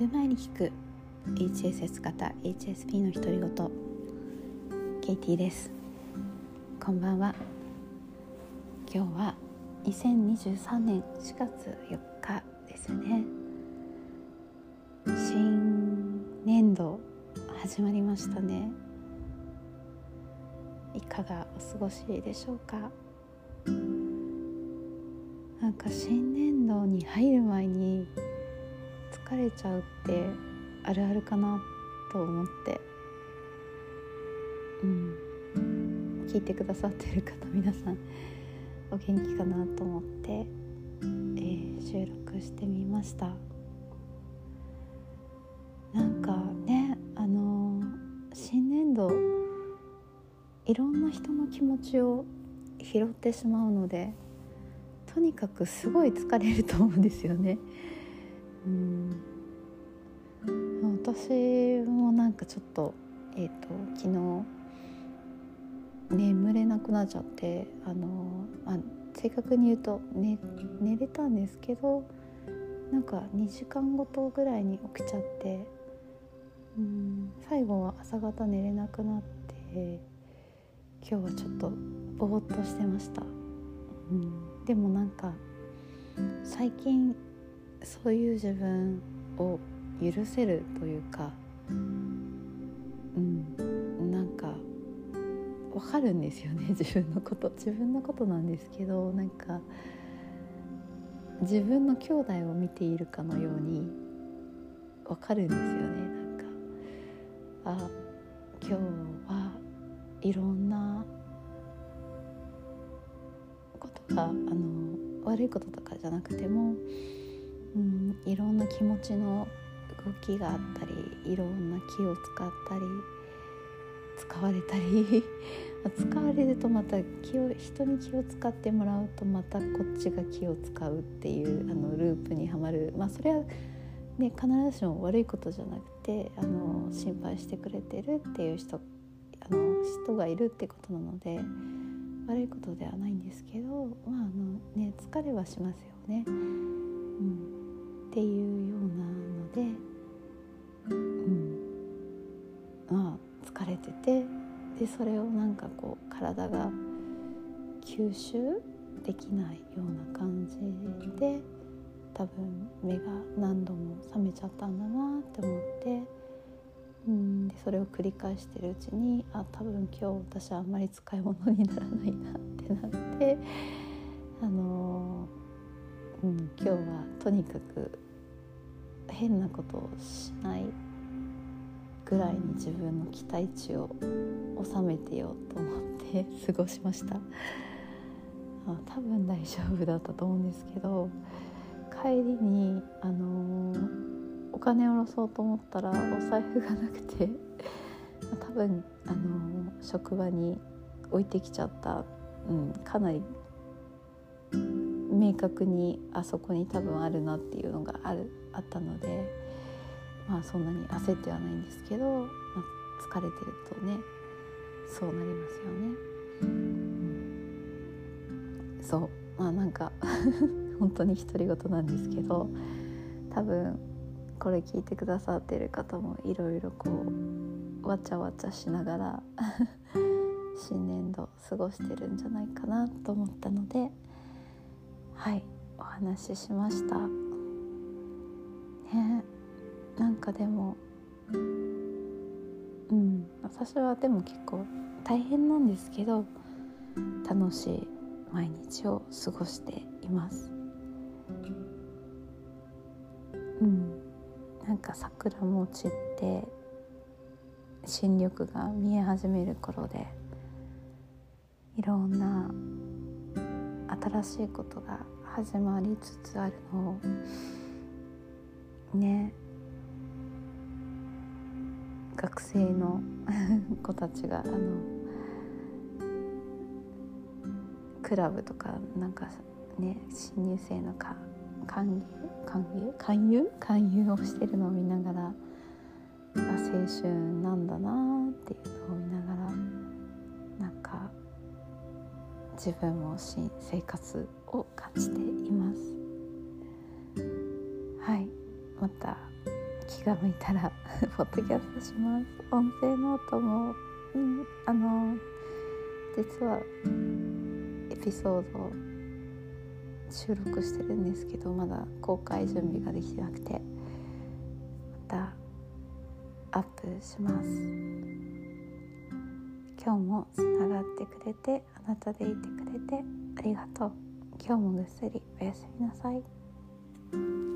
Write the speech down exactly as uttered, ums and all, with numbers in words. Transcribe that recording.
る前に聞く エイチエスエス 型 エイチエスピー の独り言、ケイティです。こんばんは。今日はにせんにじゅうさんねんしがつよっかですね。新年度始まりましたね。いかがお過ごしでしょうか。なんか新年度に入る前に疲れちゃうってあるあるかなと思って、うん、聞いてくださってる方皆さんお元気かなと思って、えー、収録してみました。なんかね、あのー、新年度いろんな人の気持ちを拾ってしまうので、とにかくすごい疲れると思うんですよね。うん、私もなんかちょっと、えーと、昨日眠れなくなっちゃって、あの、まあ、正確に言うと、ね、寝れたんですけど、なんかにじかんごとぐらいに起きちゃって、うん、最後は朝方寝れなくなって、今日はちょっとぼーっとしてました。うん、でもなんか最近そういう自分を許せるというか、うん、なんかわかるんですよね。自分のこと自分のことなんですけど、なんか自分の兄弟を見ているかのようにわかるんですよね。なんかあ、今日はいろんなことが、あの悪いこととかじゃなくても、うん、いろんな気持ちの動きがあったり、いろんな気を使ったり使われたり使われるとまた気を人に気を使ってもらうとまたこっちが気を使うっていうあのループにはまる。まあそれはね、必ずしも悪いことじゃなくて、あの心配してくれてるっていう人あの人がいるってことなので悪いことではないんですけど、まああのね、疲れはしますよね。うん、っていうようなので、うん、まあ疲れてて、でそれをなんかこう体が吸収できないような感じで、多分目が何度も覚めちゃったんだなって思って、うん、でそれを繰り返してるうちに、あ、多分今日私はあんまり使い物にならないなってなって、あのーうん、今日はとにかく変なことをしないぐらいに自分の期待値を収めてようと思って過ごしました。あ、多分大丈夫だったと思うんですけど、帰りに、あのー、お金を下ろそうと思ったらお財布がなくて多分、あのー、職場に置いてきちゃった、うん、かなり明確にあそこに多分あるなっていうのがあるあったので、まあそんなに焦ってはないんですけど、まあ、疲れてるとねそうなりますよね。うん、そうまあなんか本当に独り言なんですけど、多分これ聞いてくださっている方もいろいろこうわちゃわちゃしながら新年度過ごしてるんじゃないかなと思ったので、はいお話ししましたね。なんかでも、うん、私はでも結構大変なんですけど楽しい毎日を過ごしています。うん、なんか桜も散って新緑が見え始める頃で、いろんな新しいことが始まりつつあるのをね、学生の子たちがあのクラブとかなんかね、新入生のか勧誘勧誘勧誘勧誘をしてるのを見ながら、あ、青春なんだなっていうのを見ながら、なんか自分も新生活を感じています。はい、また機気が向いたらポッドキャストします。音声ノートも、うん、あの実はエピソード収録してるんですけど、まだ公開準備ができてなくて、またアップします。今日もつながってくれて、あなたでいてくれてありがとう。今日もぐっすりおやすみなさい。